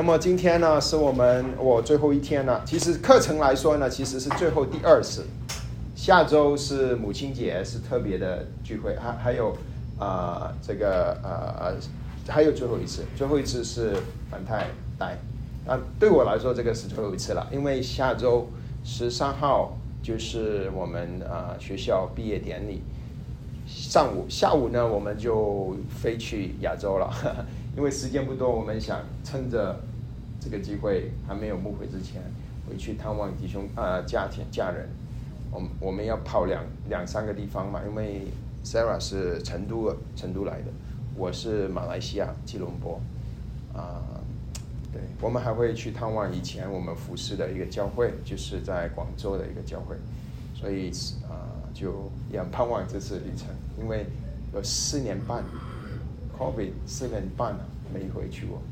么今天呢是我最后一天了。其实课程来说呢，其实是最后第2次。下周是母亲节，是特别的聚会，还有还有最后一次是反太带。对我来说这个是最后一次了，因为下周13号就是我们学校毕业典礼。下午呢我们就飞去亚洲了，因为时间不多，我们想趁着这个机会还没有牧会之前回去探望弟兄家人。我们要跑两三个地方嘛，因为 Sarah 是成都来的，我是马来西亚吉隆坡对，我们还会去探望以前我们服侍的一个教会，就是在广州的一个教会，所以就也很盼望这次旅程，因为有4年半 COVID 4年半了没回去过。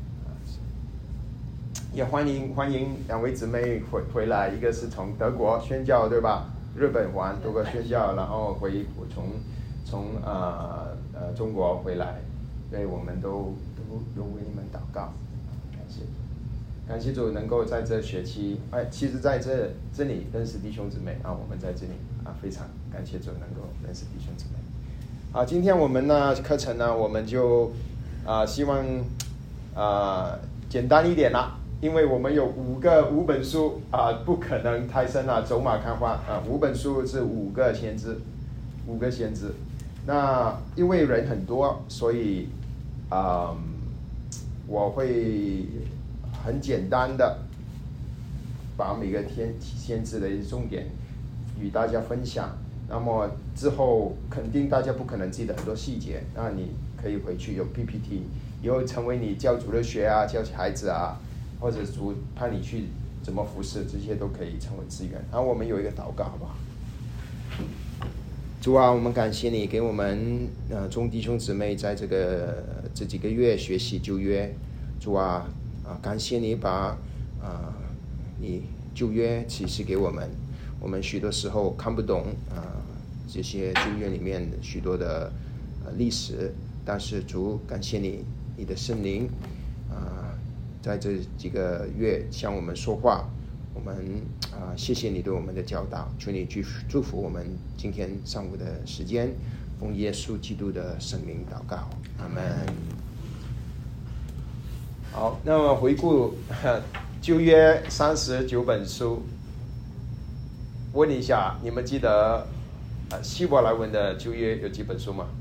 也欢迎2位姊妹回来，一个是从德国宣教，对吧？日本玩多个宣教，然后从中国回来，所以我们都为你们祷告，感谢主能够在这学期，其实在这里认识弟兄姊妹我们在这里非常感谢主能够认识弟兄姊妹。今天我们呢课程呢，我们就希望简单一点啦。因为我们有5本书不可能太深了，走马看花5本书是5个先知。那因为人很多，所以我会很简单的把每个先知的重点与大家分享。那么之后肯定大家不可能记得很多细节，那你可以回去有 PPT， 以后成为你教主日学教孩子或者主派你去怎么服侍，这些都可以成为资源。然后我们有一个祷告，好不好？主我们感谢你给我们众弟兄姊妹在这几个月学习旧约。主感谢你把你旧约启示给我们。我们许多时候看不懂这些旧约里面许多的历史，但是主感谢你的圣灵在这几个月向我们说话，我们谢谢你对我们的教导，求你祝福我们今天上午的时间，奉耶稣基督的圣名祷告，阿们。好，那么回顾旧约39本书，问一下，你们记得希伯来文的旧约有几本书吗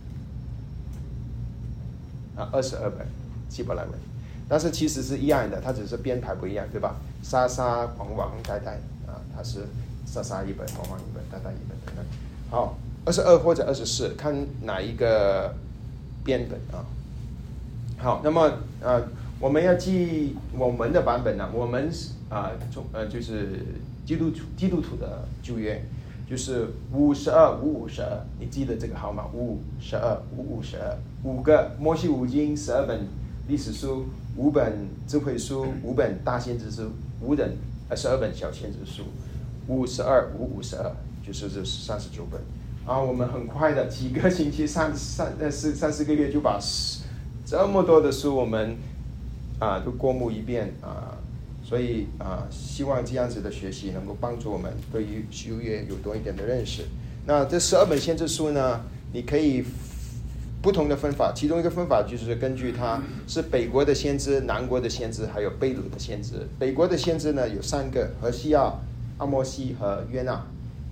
？22本希伯来文。但是其实是一样的，它只是编排不一样，对吧？沙沙黄黄代代它是沙沙一本，黄黄一本，代代一本等等。好，22或者24，看哪一个编本好，那么我们要记我们的版本呢？我们就是基督徒的旧约，就是52552，你记得这个号码5525552，5个摩西五经12本历史书，5本智慧书，5本大先知书，12本小先知书，52552，就是这39本。我们很快的几个星期3-4个月就把这么多的书我们都过目一遍所以希望这样子的学习能够帮助我们对于旧约有多一点的认识。那这12本先知书呢，你可以不同的分法，其中一个分法就是根据它是北国的先知、南国的先知，还有被掳的先知。北国的先知呢有3个，何西亚、阿摩西和约纳。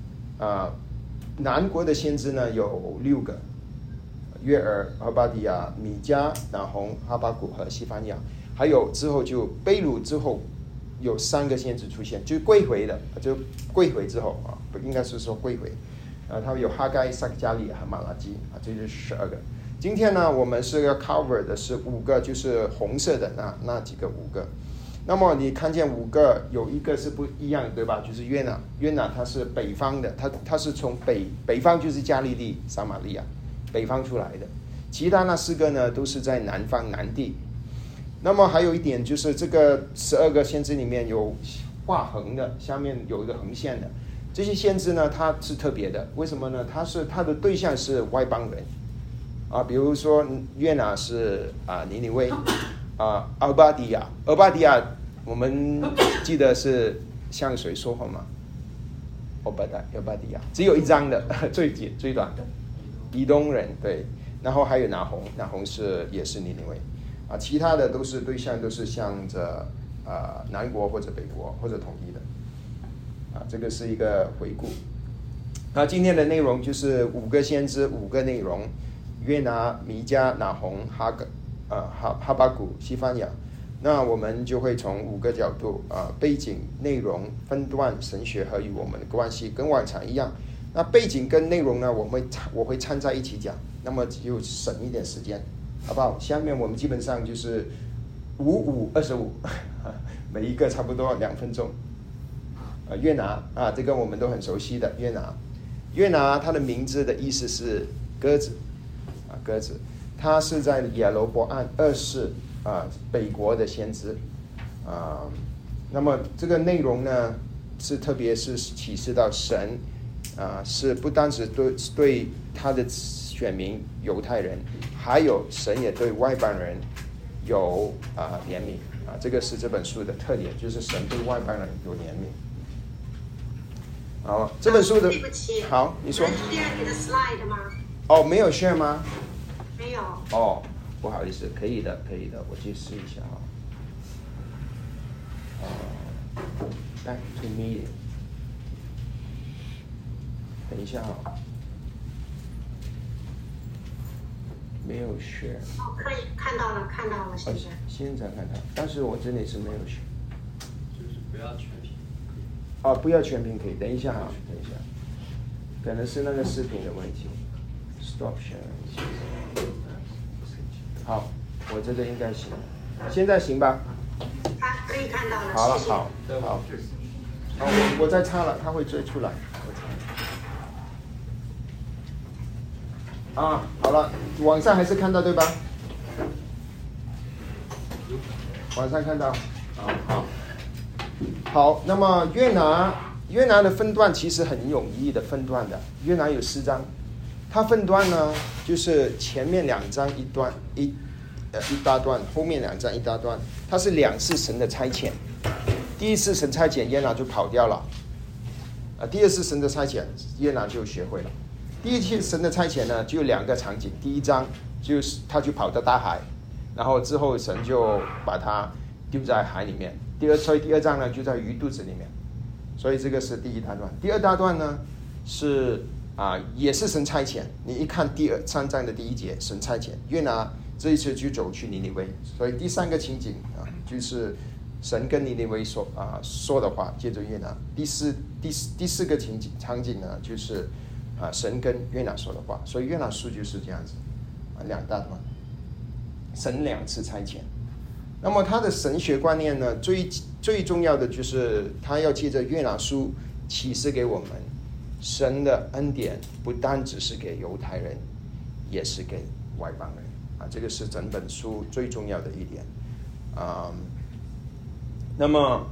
南国的先知呢有6个，约珥、俄巴底亚、米迦、拿鸿、哈巴谷和西番雅。还有之后就被掳之后有3个先知出现，就归回之后不应该是说归回。他们有哈该、撒迦利和马拉基这就是12个。今天呢，我们是要 cover 的是5个，就是红色的那几个5个。那么你看见5个，有一个是不一样，对吧？就是约拿它是北方的，它是从北方，就是加利利、撒玛利亚北方出来的。其他那4个呢，都是在南方南地。那么还有一点就是这个12个先知里面有画横的，下面有一个横线的。这些先知呢，他是特别的，为什么呢？他的对象是外邦人比如说约拿是尼尼微俄巴底亚，我们记得是向谁说话吗？俄巴底亚只有一章的最短的以东人，对，然后还有拿红也是尼尼微其他的对象都是向着南国或者北国或者统一的这个是一个回顾。今天的内容就是5个先知5个内容：约拿、弥迦、拿红、哈巴谷、西番雅。那我们就会从5个角度背景、内容、分段、神学和与我们的关系，跟往常一样。那背景跟内容呢，我会掺在一起讲，那么就省一点时间，好不好？下面我们基本上就是5-5-25，每一个差不多2分钟。约拿这个我们都很熟悉的约拿，他的名字的意思是鸽子鸽子，他是在耶罗波安2世北国的先知那么这个内容呢是特别是启示到神是不单只对他的选民犹太人，还有神也对外邦人有怜悯这个是这本书的特点，就是神对外邦人有怜悯。好，这本书的对不起， 好，你说。 能 share 你的 slide 吗？ 没有 share 吗？ 没有。 不好意思，可以的，我去试一下back to meeting， 等一下没有 share。 可以看到了， 现在看到，但是我这里是没有 share。 就是不要全屏。 不要全屏可以，等一下，可能是那个视频的问题。Stop sharing。好，我这个应该行，现在行吧？ 可以看到了。 好了， 谢谢。 好，我再插了，它会追出来。好了，网上还是看到对吧？网上看到，好，那么约拿的分段其实很容易的分段的，约拿有4章，它分段呢就是前面2章一段一大段，后面2章一大段，它是2次神的差遣。第一次神差遣约拿就跑掉了，第二次神的差遣约拿就学会了。第一次神的差遣呢就有2个场景，第一章就是他就跑到大海，然后之后神就把他丢在海里面，所以第2章呢就在鱼肚子里面，所以这个是第1大段。第2大段呢是也是神差遣，你一看第3章的第1节，神差遣约拿这一次就走去尼尼微，所以第3个情景就是神跟尼尼微说的话，接着约拿。第四个场景呢就是神跟约拿说的话，所以约拿书就是这样子2大段，神2次差遣。那么他的神学观念呢，最重要的就是他要借着约拿书启示给我们，神的恩典不单只是给犹太人，也是给外邦人这个是整本书最重要的一点那么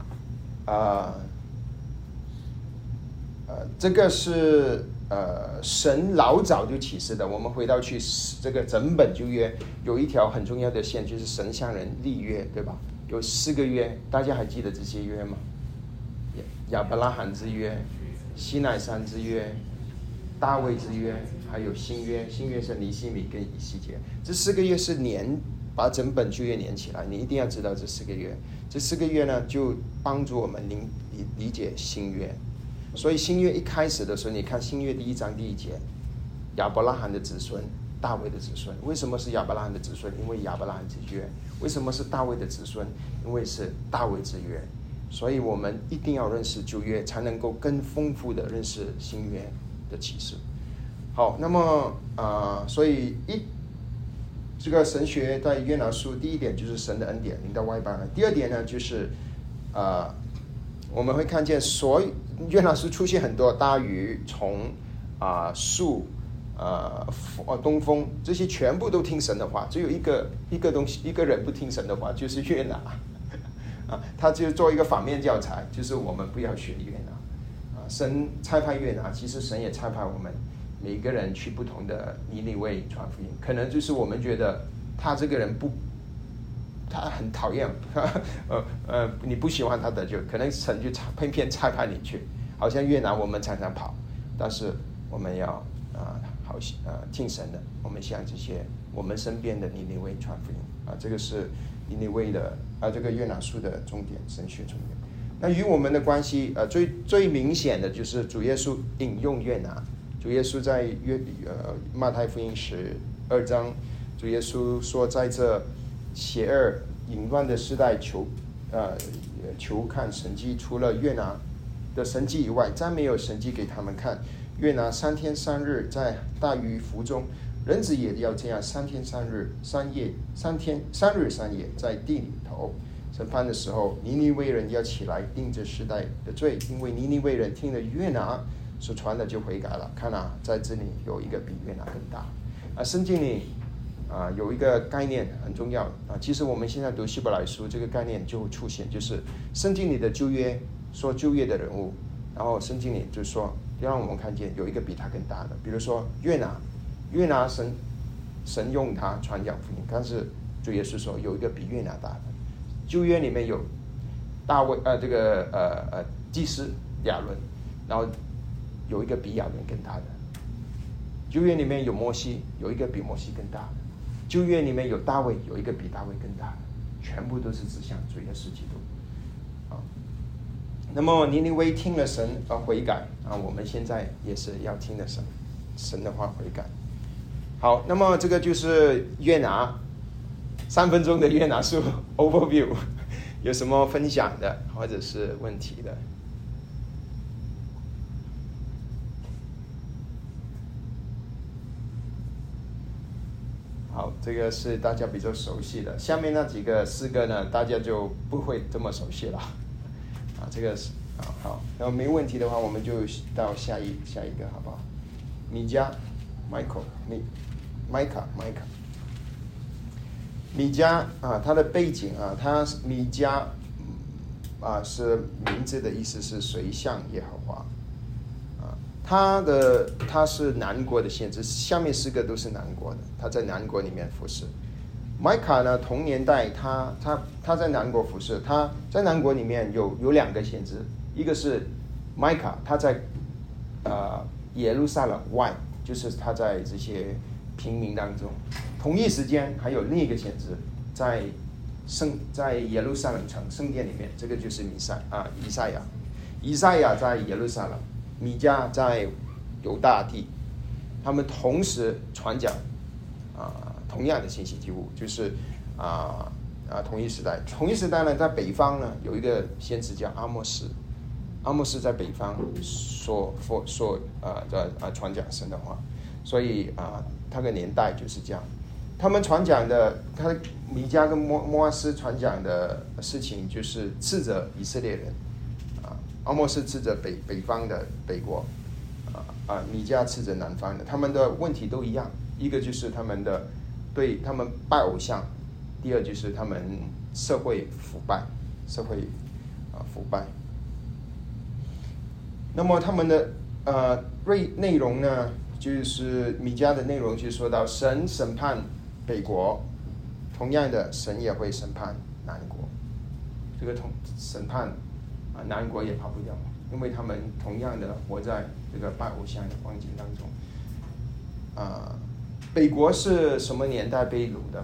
这个是神老早就启示的。我们回到去这个整本旧约有一条很重要的线，就是神向人立约，对吧？有4个约，大家还记得这些约吗？亚伯拉罕之约、西奈山之约、大卫之约，还有新约。新约是尼希米跟以西结，这4个约是把整本旧约连起来，你一定要知道这4个约。这4个约呢，就帮助我们理解新约。所以新约一开始的时候，你看新约第1章第1节，亚伯拉罕的子孙，大卫的子孙。为什么是亚伯拉罕的子孙？因为亚伯拉罕之约。为什么是大卫的子孙？因为是大卫之约。所以我们一定要认识旧约，才能够更丰富的认识新约的启示。好，那么所以这个神学在约拿书，第一点就是神的恩典临到外邦人。第二点呢，就是我们会看见约拿书出现很多大鱼、虫树、东风，这些全部都听神的话，只有一个东西，一个人不听神的话，就是约拿他就做一个反面教材，就是我们不要学约拿神差派约拿，其实神也差派我们每一个人去不同的尼尼微传福音。可能就是我们觉得他这个人他很讨厌，你不喜欢他的，就可能神就偏偏差派你去。好像越南我们常常跑，但是我们要听神的，我们向这些我们身边的尼尼微传福音这个是尼尼微的这个约拿书的重点，神学重点。那与我们的关系最明显的就是主耶稣引用约拿。主耶稣在马太福音12章，主耶稣说，在这邪恶淫乱的时代求看神迹，除了约拿的神迹以外，再没有神迹给他们看。约拿3天3日在大鱼腹中，人子也要这样3天3日3夜3日3夜在地里头。审判的时候，尼尼微人要起来定这世代的罪，因为尼尼微人听了约拿所传的就悔改了。看在这里有一个比约拿更大圣经里有一个概念很重要其实我们现在读希伯来书，这个概念就会出现，就是圣经里的旧约说旧约的人物，然后圣经里就说要让我们看见有一个比他更大的，比如说约拿神用他传讲福音，但是主耶稣说有一个比约拿大的。旧约里面有大卫祭司亚伦，然后有一个比亚伦更大的。旧约里面有摩西，有一个比摩西更大的。旧约里面有大卫，有一个比大卫更大的，全部都是指向主耶稣基督那么尼尼微听了神而悔改我们现在也是要听了神的话悔改。好，那么这个就是约拿3分钟的约拿书 overview， 有什么分享的或者是问题的？好，这个是大家比较熟悉的。下面那几个4个呢，大家就不会这么熟悉了这个是好，然后没问题的话，我们就到下一个好不好？米迦 Micah米迦他的背景他米迦是名字的意思是谁像耶和华他是南国的先知，下面4个都是南国的，他在南国里面服侍。麦卡呢，同年代他在南国服侍，他在南国里面有2个先知，一个是麦卡，他在耶路撒冷外，就是他在这些平民当中。同一时间还有另一个先知在耶路撒冷城圣殿里面，这个就是以赛亚在耶路撒冷，米迦在犹大地，他们同时传讲同样的信息，几乎就是同一时代呢，在北方呢有一个先知叫阿莫斯在北方传讲神的话，所以他的年代就是这样。他们传讲的，米迦跟摩阿斯传讲的事情就是斥责以色列人阿莫斯斥责北方的北国米迦斥责南方的，他们的问题都一样，一个就是他们拜偶像，第二就是他们社会腐败。那么他们的内容呢，就是米迦的内容就说到神审判北国，同样的神也会审判南国。这个审判南国也跑不掉，因为他们同样的活在这个拜偶像的光景当中。北国是什么年代被掳的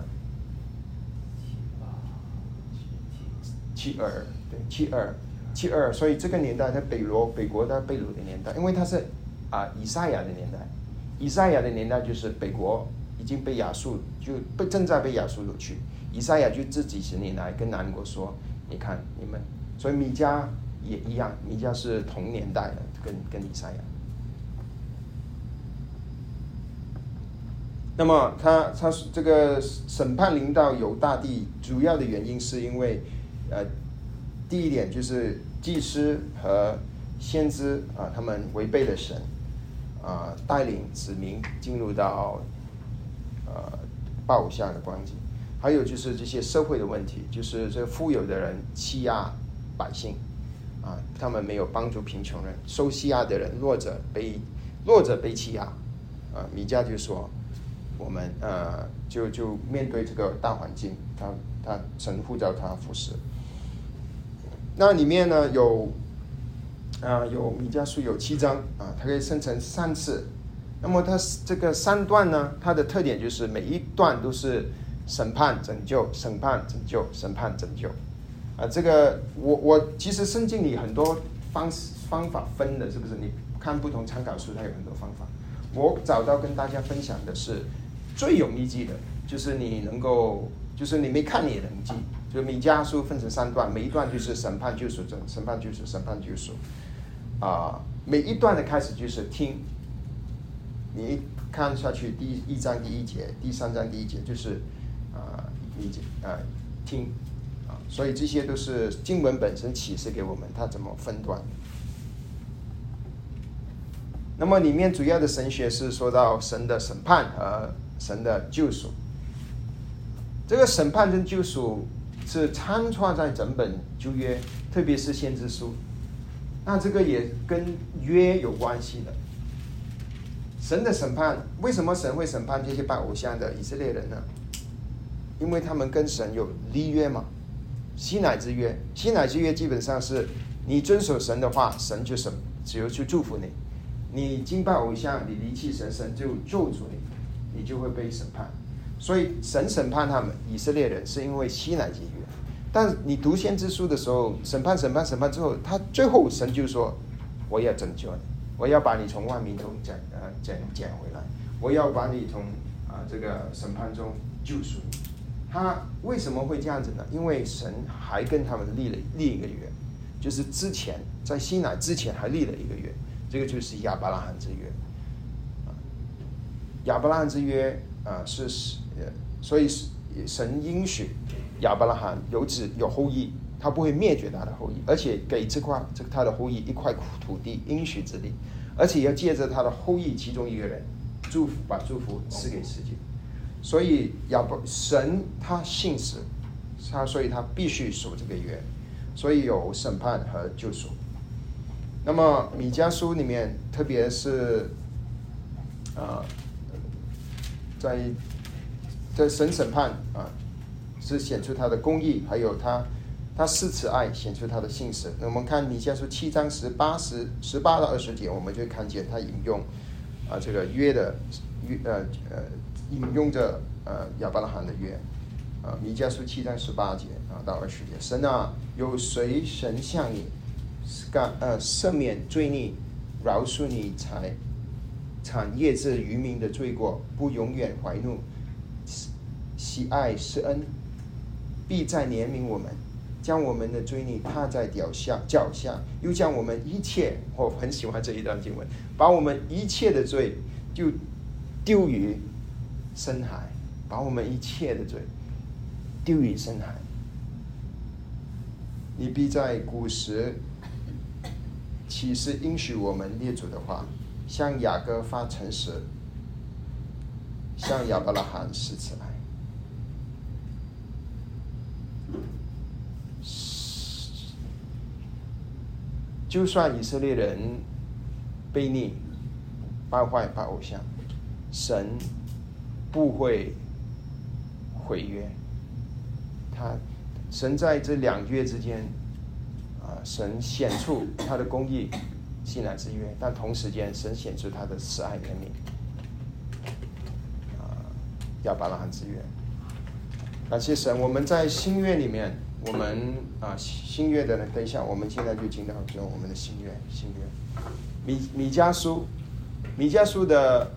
？72，所以这个年代在北国的被掳的年代，因为它是以赛亚的年代。以赛亚的年代就是北国已经被正在被亚述掳去，以赛亚就这几十年来跟南国说，你看你们，所以米迦也一样，米迦是同年代的，跟以赛亚。那么他这个审判临到犹大地，主要的原因是因为第一点就是祭司和先知他们违背了神带领子民进入到拜偶像的光景。还有就是这些社会的问题，就是这个富有的人欺压百姓他们没有帮助贫穷人，受欺压的人弱者被欺压米迦就说我们就面对这个大环境， 神呼召他服侍。那里面呢有弥迦书有7章它可以分成3次。那么它这个3段呢，它的特点就是每一段都是审判拯救，审判拯救，审判拯救。这个我其实圣经里很多方法分的，是不是？你看不同参考书，它有很多方法。我找到跟大家分享的是最容易记的，就是你能够，就是你没看你也能记。就弥迦书分成3段，每一段就是审判救赎，审判救赎，审判救赎。每一段的开始就是听。你看下去，第1章第1节，第3章第1节就是听所以这些都是经文本身启示给我们它怎么分段。那么里面主要的神学是说到神的审判和神的救赎。这个审判跟救赎是参串在整本旧约，特别是先知书。那这个也跟约有关系的。神的审判，为什么神会审判这些拜偶像的以色列人呢？因为他们跟神有立约嘛，西乃之约。西乃之约基本上是你遵守神的话，神就只有去祝福你；你敬拜偶像，你离弃神，神就咒诅你，你就会被审判。所以神审判他们以色列人，是因为西乃之约。但你读先知书的时候，审判之后，他最后神就说：“我要拯救你。”我要把你从万民中捡回来，我要把你从这个审判中救赎你。他为什么会这样子呢？因为神还跟他们立一个约，就是之前在西乃之前还立了一个约，这个就是亚伯拉罕之约。亚伯拉罕之约所以神应许亚伯拉罕有子有后裔。他不会灭绝他的后裔，而且给他的后裔一块土地，应许之地，而且要借着他的后裔其中一个人，把祝福赐给世界。所以神他信实，所以他必须守这个约，所以有审判和救赎。那么弥迦书里面，特别是在神审判是显出他的公义，还有他施慈爱，显出他的信实。那我们看弥迦书7章18到20节，我们就看见他引用这个引用着亚伯拉罕的约。弥迦书7章18节到20节，神有谁神向你赦免罪孽，饶恕你产业之渔民的罪过，不永远怀怒，喜爱施恩，必再怜悯我们，将我们的罪孽踏在脚下，又将我们一切，我很喜欢这一段经文，把我们一切的罪就丢于深海，把我们一切的罪丢于深海。你必在古时启示应许我们列祖的话，向雅各发诚实，向亚伯拉罕施慈爱。就算以色列人悖逆、败坏、拜偶像，神不会毁约。神在这2约之间，神显出他的公义，西乃之约，但同时间神显出他的慈爱怜悯，亚伯拉罕之约。感谢神，我们在新约里面，我们新约的等一下，我们现在就进到我们的新约。弥迦书的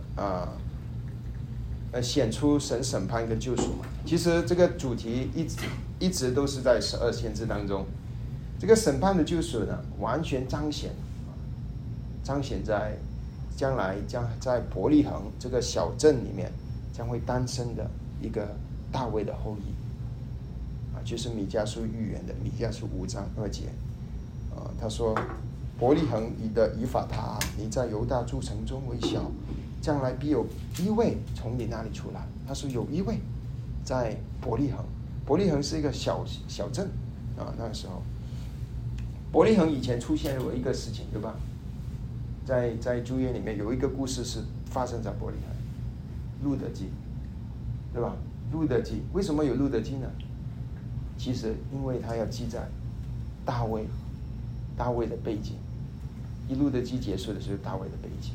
显出神审判跟救赎嘛。其实这个主题一直都是在12先知当中。这个审判的救赎呢，完全彰显在将来在伯利恒这个小镇里面将会诞生的一个大卫的后裔就是弥迦书预言的弥迦书5章2节他说：伯利恒的以法他，你在犹大诸城中为小，将来必有一位从你那里出来。他说有一位在伯利恒，伯利恒是一个小镇那个时候，伯利恒以前出现有一个事情，对吧？在旧约里面有一个故事是发生在伯利恒，路德记，对吧？路德记为什么有路德记呢？ 其实因为他要记载大卫的背景，一路的记结束的时候大卫的背景。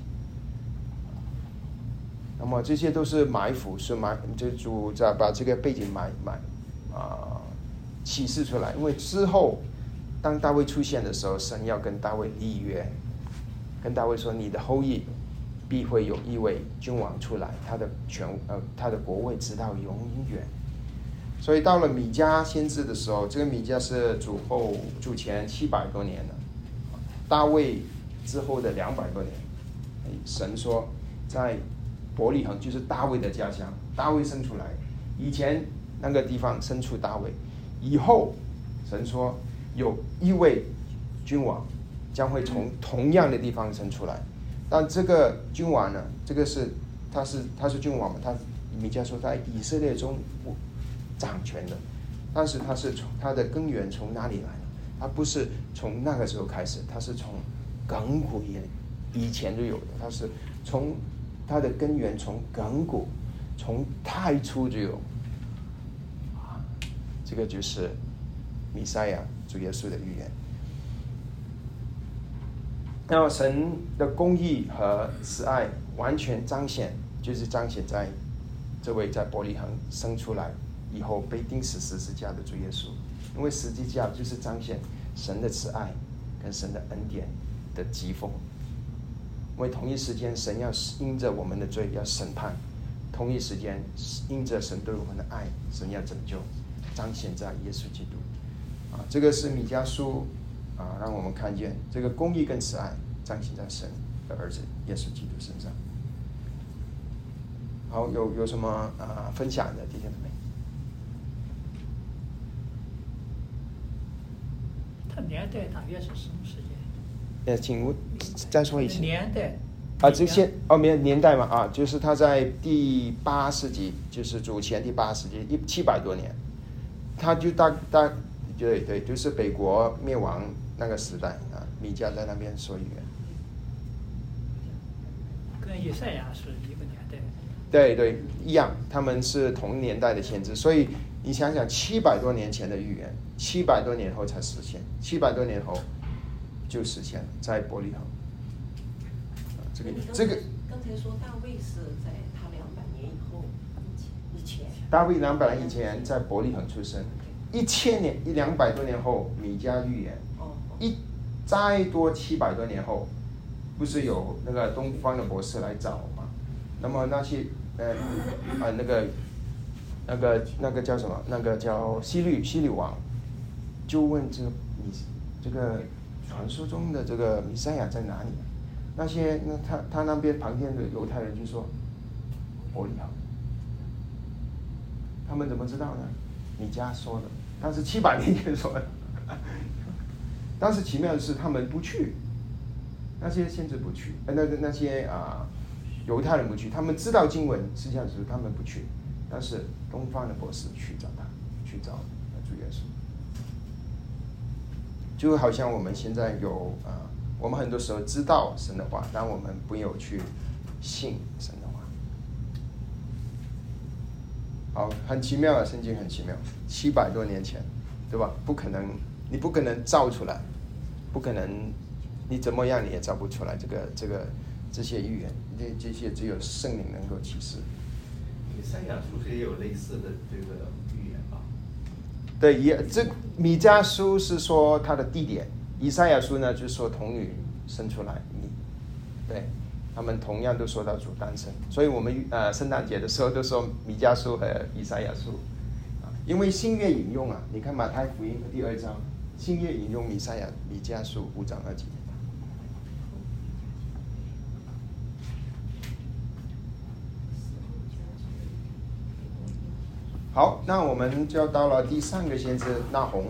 那么这些都是埋伏，这主在把这个背景启示出来。因为之后当大卫出现的时候，神要跟大卫立约，跟大卫说你的后裔必会有一位君王出来，他的国位直到永远。所以到了米迦先知的时候，这个米迦是主前700多年了，大卫之后的200多年，神说在伯利恒，就是大卫的家乡，大卫生出来，以前那个地方生出大卫，以后神说有一位君王将会从同样的地方生出来，但这个君王呢，他是君王嘛，米迦说在以色列中掌权的，但是他的根源从哪里来呢？他不是从那个时候开始，他是从亘古以前就有的，他是从他的根源从亘古，从太初就有。这个就是弥赛亚主耶稣的预言。那么神的公义和慈爱完全彰显，就是彰显在这位在伯利恒生出来以后被钉死十字架的主耶稣。因为十字架就是彰显神的慈爱跟神的恩典的疾风。因为同一时间神要因着我们的罪要审判，同一时间因着神对我们的爱，神要拯救，彰显在耶稣基督。这个是米迦书让我们看见这个公义跟慈爱彰显在神的儿子耶稣基督身上。好，有什么分享的弟兄姊妹？ 他年代大约是什么时间？ 请再说一次。 年代这些没有年代嘛就是他在第8世纪，就是主前第8世纪700多年，他就对，就是北国灭亡那个时代米迦在那边说预言， 跟以赛亚是一个年代。 对，一样，他们是同年代的先知，所以你想想700多年前的预言，700多年后才实现，700多年后就实现了，在伯利恒。这个刚才说大卫是在他200年以前。 大卫200年以前在伯利恒出生，1000年200多年后米迦预言，再多700多年后，不是有那个东方的博士来找嘛？那么那些那个叫什么？那个叫希律王，就问这个传说中的这个弥赛亚在哪里？他那边旁边的犹太人就说伯利恒，他们怎么知道呢？米迦说的，但是700年前说的。但是奇妙的是，他们不去，那些先知不去，那些犹太人不去，他们知道经文，实际上是他们不去，但是东方的博士去找主耶稣，就好像我们现在我们很多时候知道神的话，但我们不有去信神的话。好，很奇妙啊，圣经很奇妙，700多年前，对吧？你不可能造出来，不可能，你怎么样你也造不出来这些预言，这些只有圣灵能够启示。 以赛亚书也有类似的这个预言吧？ 对，这米迦书是说它的地点，以赛亚书呢就是说童女生出来，对，他们同样都说到主诞生，所以我们圣诞节的时候都说米迦书和以赛亚书，因为新约引用你看马太福音第2章，新约引用米迦书5章2节。好，那我们就到了第3个先知那鸿，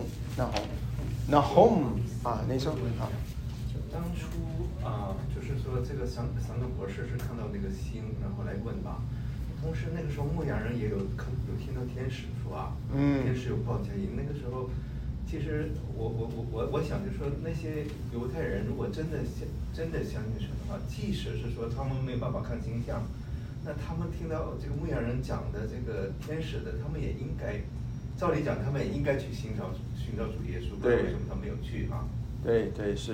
你说当初就是说这个三个博士是看到那个星，然后来问吧。同时那个时候牧羊人也有听到天使说天使有报佳音。那个时候，其实我想就说那些犹太人如果真的相信神的话，即使是说他们没有办法看星象，那他们听到这个牧羊人讲的这个天使的，他们也应该照理讲，他们应该去寻找主耶稣，不知道为什么他没有去啊？ 对，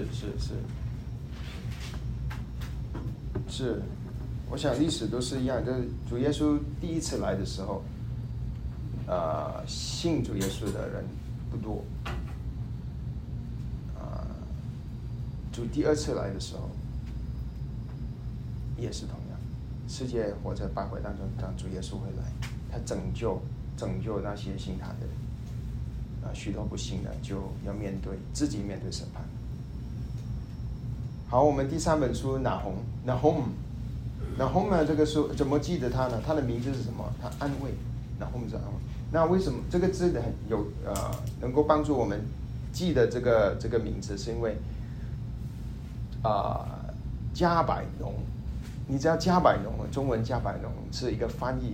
是，我想历史都是一样，就是主耶稣第一次来的时候，信主耶稣的人不多，主第二次来的时候，也是同样，世界活在败坏当中，当主耶稣会来，他拯救那些信他的人，许多不信的就要自己面对审判。好，我们第3本书Nahum 呢，这个书怎么记得它呢？它的名字是什么？它安慰，Nahum是安慰。那为什么这个字很有能够帮助我们记得这个名字？是因为加百农，你知道加百农中文加百农是一个翻译，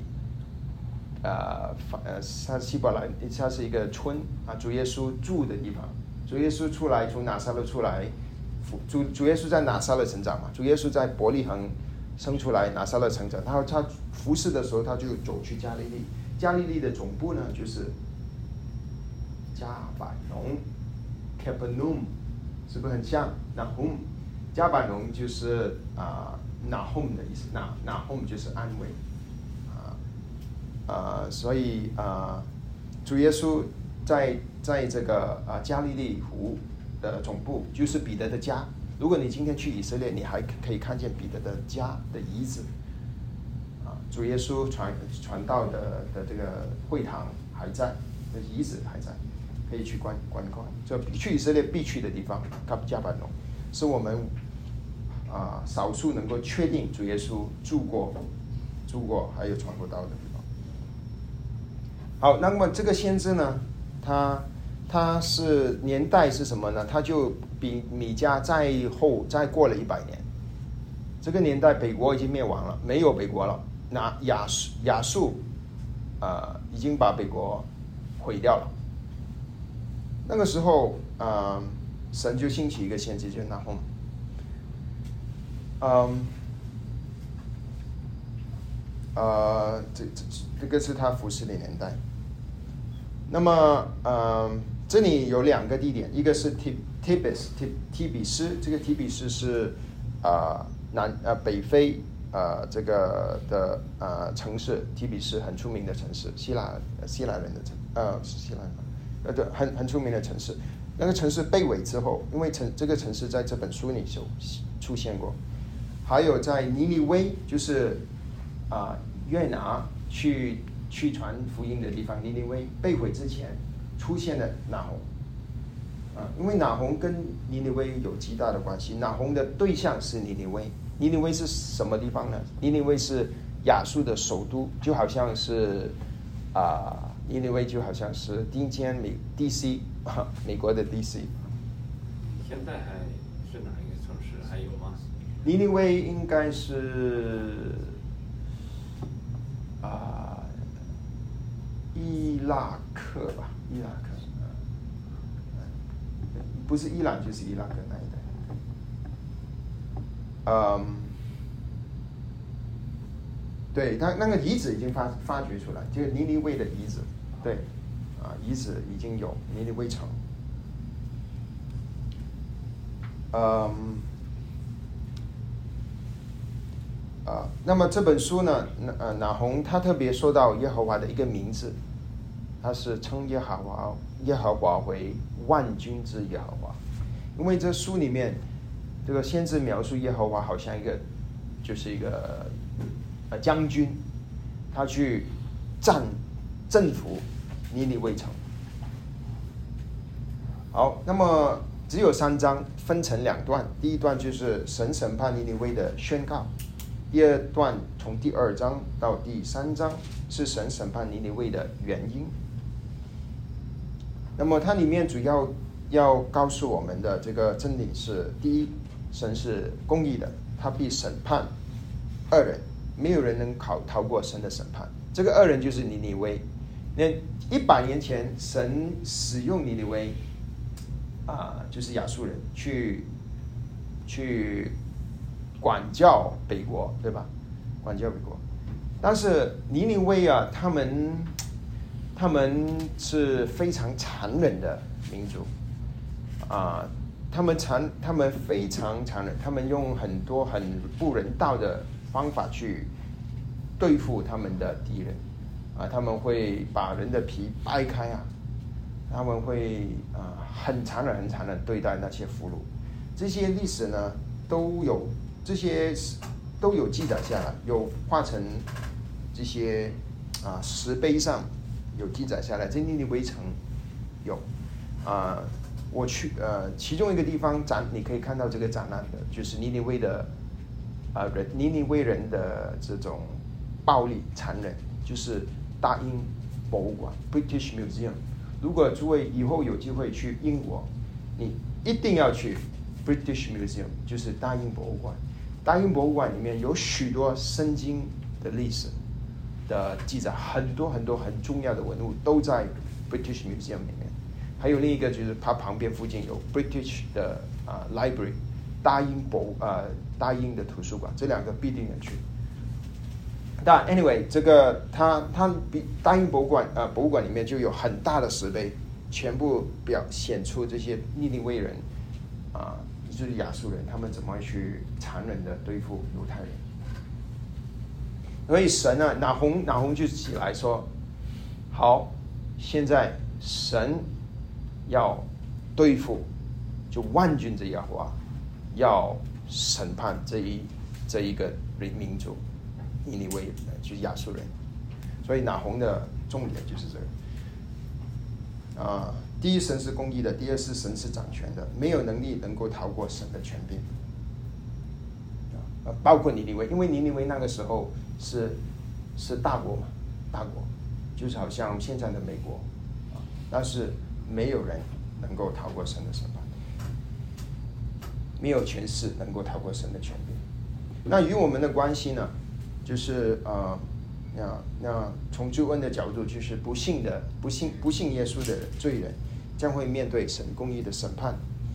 它希伯来，它是一个村主耶稣住的地方。主耶稣出来，从拿撒勒出来。主耶稣在拿撒勒成长嘛，主耶稣在伯利恒生出来，拿撒勒成长。他服侍的时候，他就走去加利利。加利利的总部呢，就是加百农 ，Capernaum， 是不是很像 ？Nahum， 加百农就是Nahum 的意思，Nahum 就是安慰，所以主耶稣在这个加利利湖的总部就是彼得的家。如果你今天去以色列，你还可以看见彼得的家的遗址，主耶稣传道的这个会堂还在，那遗址还在，可以去观光。就去以色列必去的地方，加百农是我们少数能够确定主耶稣住过还有传过道的地方。好，那么这个先知呢，他是年代是什么呢？他就比米迦再过了100年。这个年代北国已经灭亡了，没有北国了。那亚述已经把北国毁掉了。那个时候神就兴起一个先知，就是Nahum。这个是他服侍的年代。那么这里有2个地点，一个是提比斯，这个提比斯是北非这个的城市，提比斯很出名的城市，希腊人的是希腊人，对，很出名的城市。那个城市被毁之后，因为这个城市在这本书里就出现过，还有在尼尼微，就是约拿去传福音的地方，尼尼微被毁之前出现了Nahum，因为Nahum跟尼尼微有极大的关系。Nahum的对象是尼尼微，尼尼微是什么地方呢？尼尼微是亚述的首都，就好像是尼尼微就好像是今天DC 美国的 DC。 现在还是哪一个城市？还有吗？ 尼尼微应该是伊拉克吧，伊拉克，不是伊朗就是伊拉克那一带。对，他那个遗址已经发掘出来，就是尼尼微的遗址，对，遗址已经有尼尼微城。那么这本书呢，Nahum他特别说到耶和华的一个名字，他是称耶和华为万军之耶和华，因为这书里面这个先知描述耶和华好像就是一个将军，他去征服尼尼微城。好，那么只有3章，分成2段，第一段就是神审判尼尼微的宣告。第二段从第2章到第3章是神审判尼尼微的原因。那么它里面主要告诉我们的这个真理是：第一，神是公义的，他必审判恶人，没有人能逃过神的审判。这个恶人就是尼尼微。那100年前，神使用尼尼微就是亚述人去管教北国，对吧？管教北国，但是尼尼微他们他们是非常残忍的民族啊，他们非常残忍，他们用很多很不人道的方法去对付他们的敌人啊，他们会把人的皮掰开啊，他们会很残忍对待那些俘虏。这些历史呢都有记载下来，有画成这些石碑上有记载下来。在尼尼微城有我去其中一个地方你可以看到这个展览的，就是尼尼微人的这种暴力残忍，就是大英博物馆 British Museum。如果诸位以后有机会去英国，你一定要去 British Museum， 就是大英博物馆。大英博物馆里面有许多圣经的历史的记载，很多很重要的文物都在 British Museum 里面。还有另一个就是它旁边附近有 British 的Library， 大英的图书馆，这两个必定要去。但 anyway， 这个它大英博物馆里面就有很大的石碑，全部表现出这些尼尼微人就是亚述人，他们怎么去残忍的对付犹太人。所以神拿红就起来说，好，现在神要对付就万军之耶和华，要审判这一个民族尼尼微，就是亚述人。所以拿红的重点就是这个第一，神是公义的；第二是神是掌权的，没有能力能够逃过神的权柄。包括尼尼微，因为尼尼微那个时候是大国嘛，大国就是好像现在的美国但是没有人能够逃过神的审判，没有权势能够逃过神的权柄。那与我们的关系呢，就是那从救恩的角度，就是不信耶稣的罪人将会面对神公义的审判。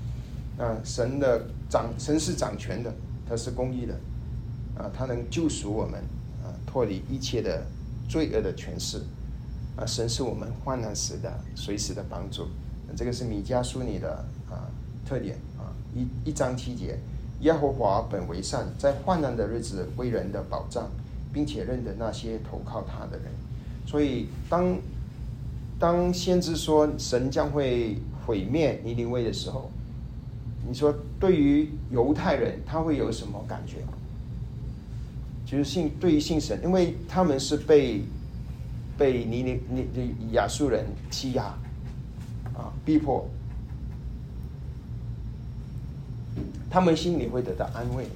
神是掌权的，他是公义的他能救赎我们脱离一切的罪恶的权势神是我们患难时的随时的帮助。这个是弥迦书里的特点1章7节，耶和华本为善，在患难的日子为人的保障，并且认得那些投靠他的人。所以当先知说神将会毁灭尼尼微的时候，你说对于犹太人他会有什么感觉？就是对于信神，因为他们是被亚述人欺压逼迫，他们心里会得到安慰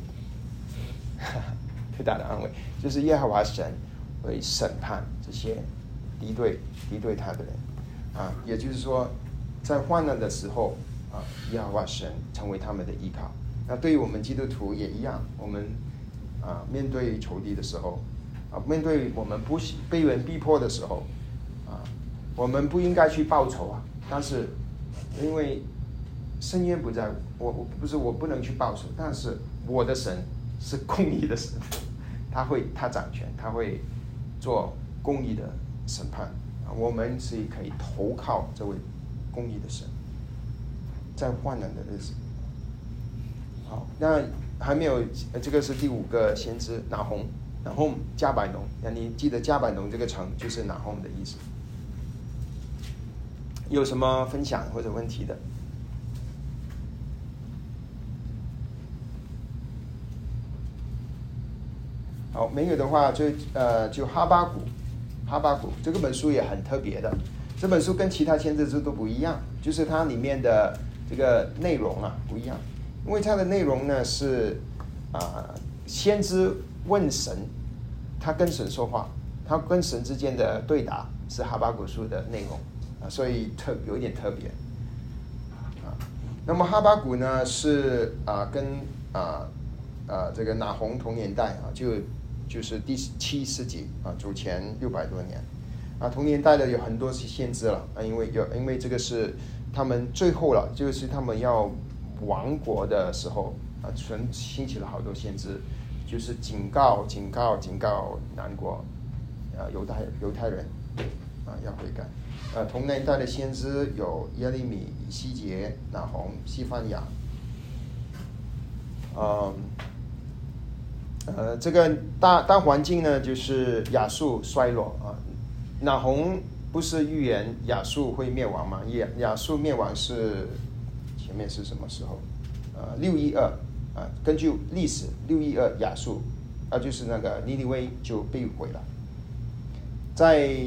最大的安慰就是耶和华神会审判这些敌对他的人也就是说在患难的时候耶和华神成为他们的依靠。那对于我们基督徒也一样，我们面对仇敌的时候面对我们被人逼迫的时候我们不应该去报仇但是因为深渊不在我不能去报仇，但是我的神是公义的神，他掌权，他会做公义的审判我们是可以投靠这位公义的神，在患难的日子。好，那还没有这个是第5个先知拿红加百农，你记得加百农这个城就是拿红的意思。有什么分享或者问题的？好，没有的话就哈巴谷这个本书也很特别的。这本书跟其他先知书都不一样，就是它里面的这个内容不一样。因为它的内容呢是先知问神，他跟神说话，他跟神之间的对答是哈巴谷书的内容所以有一点特别那么哈巴谷呢是跟这个拿红同年代就是第7世纪主前600多年同年代的有很多先知了因为这个是他们最后了，就是他们要亡国的时候神兴起了好多先知，就是警告南国犹太人要悔改。同年代的先知有耶利米、以西结、拿鸿、西番雅。这个大环境呢，就是亚述衰落啊。拿鸿不是预言亚述会灭亡吗？亚述灭亡是前面是什么时候？612啊，根据历史612亚述就是那个尼尼微就被毁了。在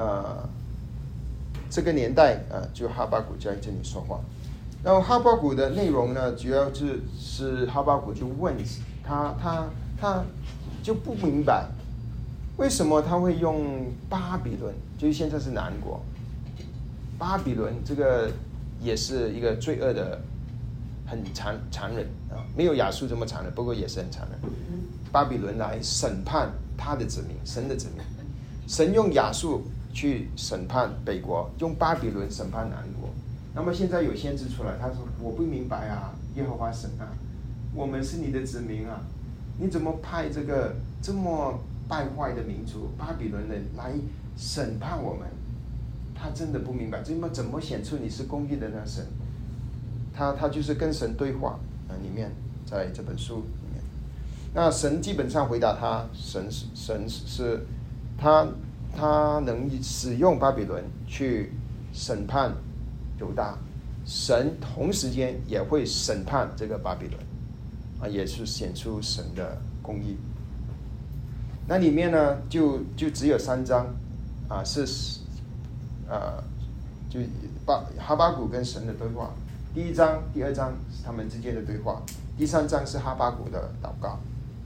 这个年代就哈巴谷在这里说话。然后哈巴谷的内容呢，主要是哈巴谷就问他就不明白为什么他会用巴比伦，就是现在是南国。巴比伦这个也是一个罪恶的，很残忍啊，没有亚述这么残忍，不过也是很残忍。巴比伦来审判他的子民，神的子民。神用亚述去审判北国，用巴比伦审判南国。那么现在有先知出来，他说：“我不明白啊，耶和华神啊，我们是你的子民啊，你怎么派这个这么败坏的民族巴比伦人来审判我们？”他真的不明白，怎么显出你是公义的呢？神，他就是跟神对话里面，在这本书里面，那神基本上回答他，神是他能使用巴比伦去审判犹大，神同时间也会审判这个巴比伦也是显出神的公义。那里面呢就只有3章就哈巴谷跟神的对话。第1章、第2章是他们之间的对话，第3章是哈巴谷的祷告。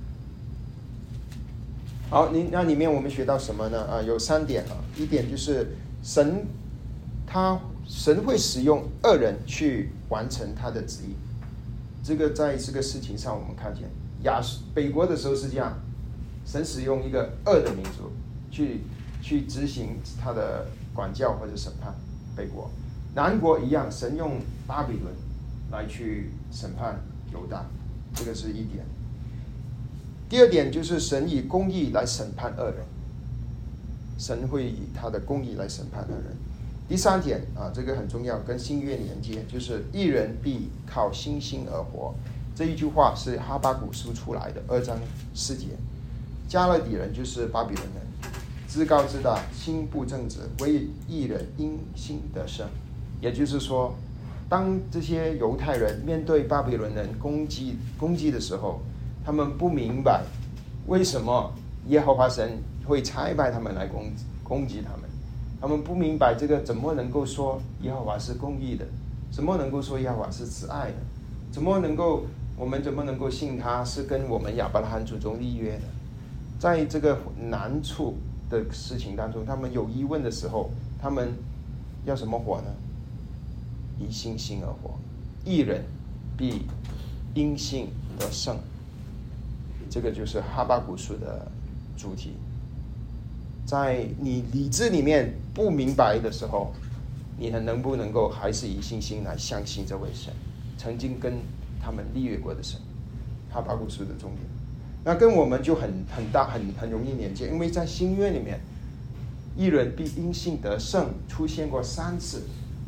好，那里面我们学到什么呢？有3点一点就是神会使用恶人去完成他的旨意。这个在这个事情上我们看见，北国的时候是这样，神使用一个恶的民族去执行他的管教或者审判北国。南国一样，神用巴比伦来去审判犹大，这个是一点。第2点就是神以公义来审判恶人，神会以他的公义来审判恶人。第3点这个很重要，跟新约连接，就是义人必靠星星而活。这一句话是哈巴谷书出来的2章4节。加勒底人就是巴比伦人，自高自大，心不正直，唯义人因信得胜。也就是说，当这些犹太人面对巴比伦人攻击的时候，他们不明白为什么耶和华神会差派他们来攻击他们。他们不明白这个怎么能够说耶和华是公义的，怎么能够说耶和华是慈爱的，我们怎么能够信他是跟我们亚伯拉罕祖宗立约的。在这个难处的事情当中，他们有疑问的时候，他们要什么活呢？以信心而活，义人必因信得胜。这个就是哈巴谷书的主题。在你理智里面不明白的时候，你能不能够还是以信心来相信这位神，曾经跟他们立约过的神？哈巴谷书的重点，那跟我们就很容易连接，因为在新约里面，义人必因信得胜出现过3次。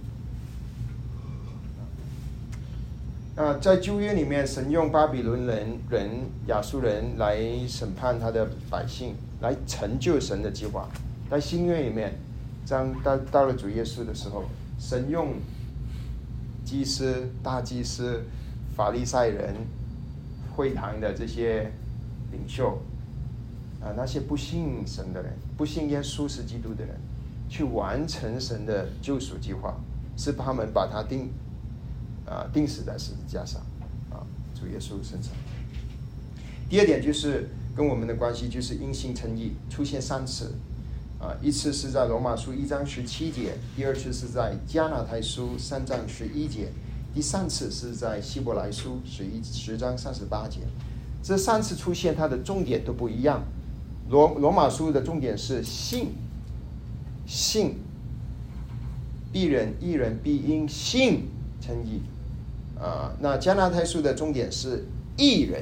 在旧约里面，神用巴比伦人、亚述人来审判他的百姓，来成就神的计划。在新约里面，到了主耶稣的时候，神用祭司、大祭司、法利赛人、会堂的这些领袖那些不信神的人，不信耶稣是基督的人，去完成神的救赎计划，是他们把他钉死在十字架上主耶稣身上。第2点就是跟我们的关系，就是因信称义，出现3次一次是在罗马书1章17节，第2次是在加拉太书3章11节，第3次是在希伯来书10章38节。这3次出现，它的重点都不一样。罗马书的重点是信，义人必因信称义那加拉太书的重点是义人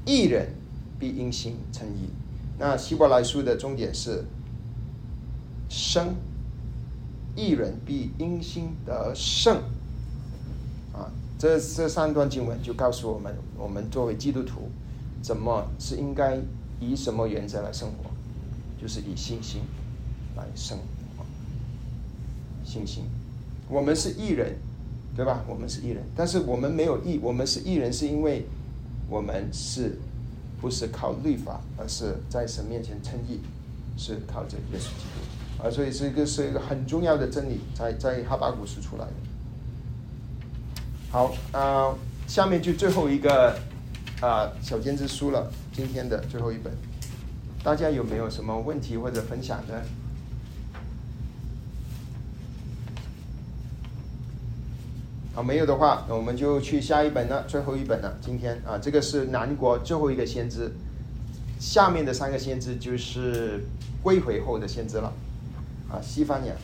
必因信称义。那希伯来书的重点是生，义人必因信得生。这3段经文就告诉我们，我们作为基督徒，怎么是应该以什么原则来生活，就是以信心来生活。信心，我们是义人，对吧？我们是义人，但是我们没有义，我们是义人是因为我们不是靠律法，而是在神面前称义，是靠着耶稣基督。所以这个是一个很重要的真理，在哈巴谷书出来的。好，下面就最后一个小先知书了，今天的最后一本，大家有没有什么问题或者分享的？好，没有的话，我们就去下一本了，最后一本了。今天这个是南国最后一个先知，下面的3个先知就是归回后的先知了。西番雅，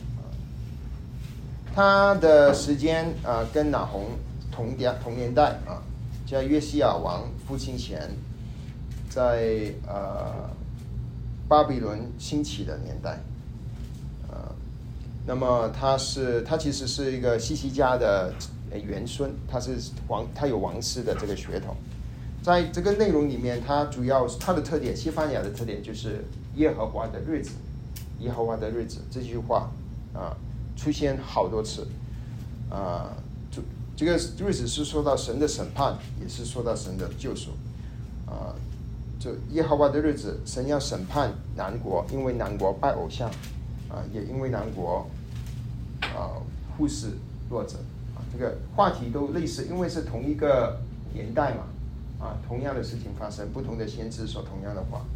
他的时间跟拿鸿同年代在约西亚王复兴前，在巴比伦兴起的年代。那么他其实是一个西西家的元孙，他有王室的这个血统。在这个内容里面，他的特点，西番雅的特点就是耶和华的日子，耶和华的日子这句话出现好多次。这个日子是说到神的审判，也是说到神的救赎。这耶和华的日子，神要审判南国，因为南国拜偶像，也因为南国忽视弱者。这个话题都类似，因为是同一个年代嘛，同样的事情发生，不同的先知说同样的话。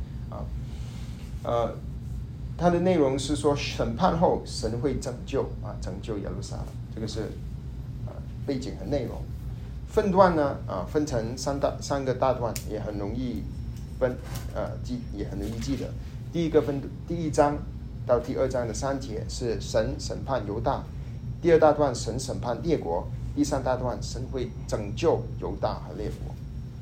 它的内容是说审判后神会拯救耶路撒冷，这个是背景和内容。分段呢分成3个大段，也很容易也很容易记得。第1章到第2章的3节是神审判犹大，第2大段神审判列国，第3大段神会拯救犹大和列国。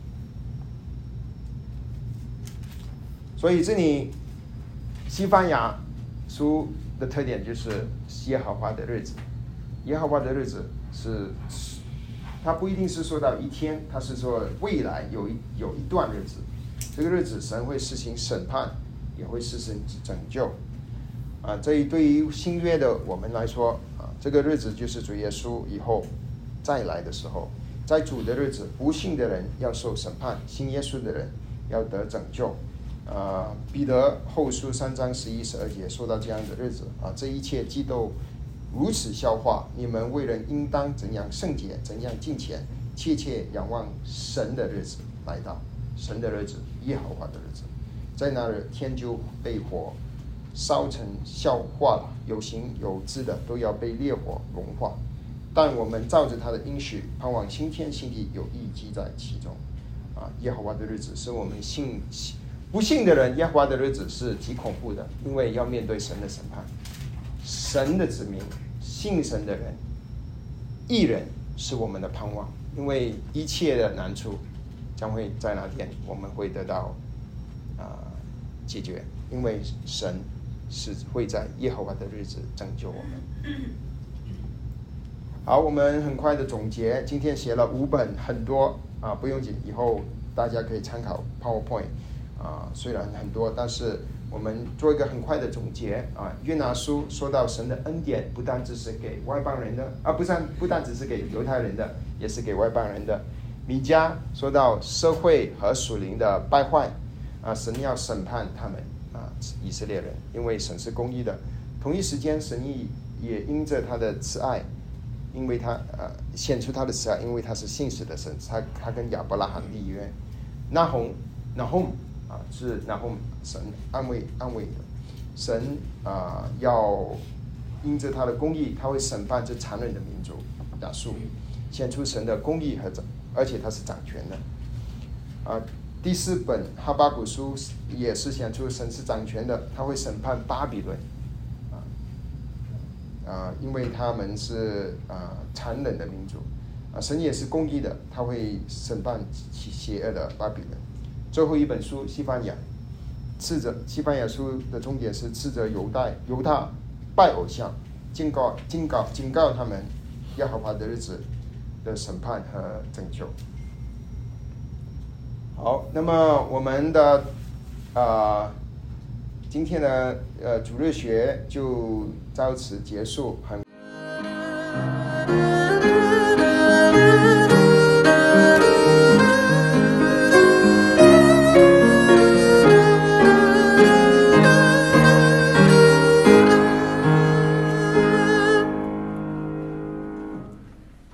所以这里西番雅书的特点就是耶和华的日子。耶和华的日子它不一定是说到一天，它是说未来有一段日子，这个日子神会施行审判，也会施行拯救。这对于新约的我们来说，这个日子就是主耶稣以后再来的时候，在主的日子，不信的人要受审判，信耶稣的人要得拯救。彼得后书3章11、12节说到这样的日子这一切既都如此消化，你们为人应当怎样圣洁，怎样敬虔，切切仰望神的日子来到。神的日子，耶和华的日子，在那日天就被火烧成笑话了，有形有质的都要被烈火融化。但我们照着他的应许，盼望新天新地有义记在其中。耶和华的日子是我们不信的人，耶和华的日子是极恐怖的，因为要面对神的审判。神的子民，信神的人，义人是我们的盼望，因为一切的难处将会在那天我们会得到解决，因为神是会在耶和华的日子拯救我们。好，我们很快的总结，今天写了5本，很多不用紧，以后大家可以参考 PowerPoint。虽然很多，但是我们做一个很快的总结约拿书说到神的恩典不单只是给外邦人的不单只是给犹太人的，也是给外邦人的。米迦说到社会和属灵的败坏神要审判他们以色列人，因为神是公义的。同一时间神也因着他的慈爱，因为他显出他的慈爱，因为他是信实的神，他跟亚伯拉罕立约。拿鸿是拿鸿神安慰的神要因着他的公义，他会审判这残忍的民族亚述，显出神的公义而且他是掌权的。第4本哈巴谷书也是显出神是掌权的，他会审判巴比伦因为他们是残忍的民族神也是公义的，他会审判邪恶的巴比伦。最后一本书西番雅，西番雅书的重点是斥责犹大拜偶像，警告他们耶和华的日子的审判和拯救。好，那么我们的今天的主日学就到此结束。很